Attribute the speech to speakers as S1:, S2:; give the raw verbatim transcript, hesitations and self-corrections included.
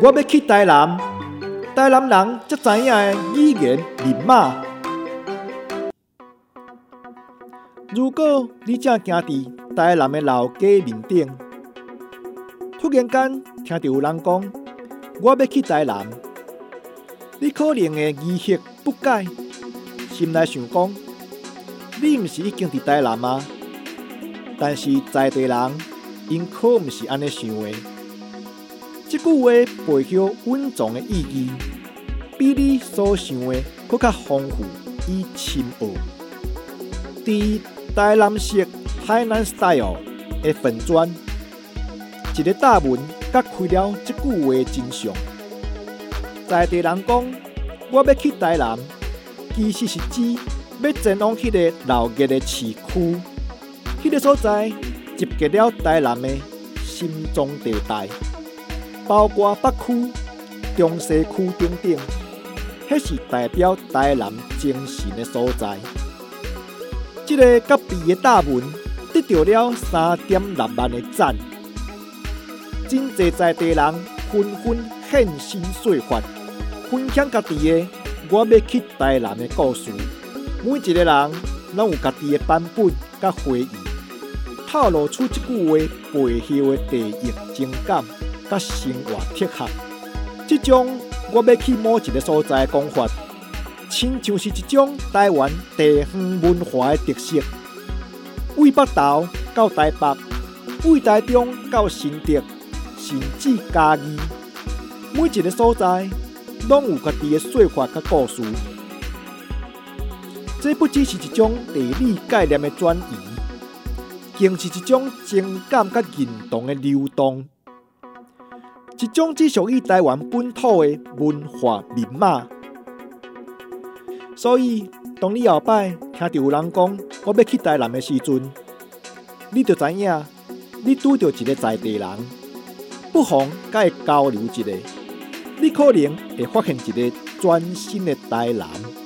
S1: 我要去台南，台南人才知影的语言密码。如果你正行伫台南的老街面顶，突然间听到有人讲我要去台南，你可能会语塞不解，心内想讲，你毋是已经伫台南吗？但是在地人因可毋是安尼想的。这句话背后蕴藏的意义，比你所想的更较丰富与深奥。伫台南式台南 style 的粉砖，一个大文揭开了这句话的真相。在地人讲我要去台南，其实是指要前往迄个闹热的市区，迄个所在集结了台南的心中地带，包括北区、中西区等等，迄是代表台南精神的所在。这个隔壁的大文得到了三点六万的赞，真侪在地人纷纷现身说法，分享家己的我要去台南的故事。每一个人拢有家己的版本甲回忆，透露出这句话背后的地域情感甲生活特色。这种我要去某一个所在的讲法，亲像是一种台湾地方文化的特色。为北投到台北，为台中到新竹，甚至嘉义，每一个所在拢有家己的说法甲故事。这不只是一种地理概念的转移，更是一种情感甲认同的流动，一种只属于台湾本土的文化密码。所以，当你后摆听到有人讲我要去台南的时阵，你就知影你拄到一个在地人，不妨甲伊交流一下，你可能会发现一个全新的台南。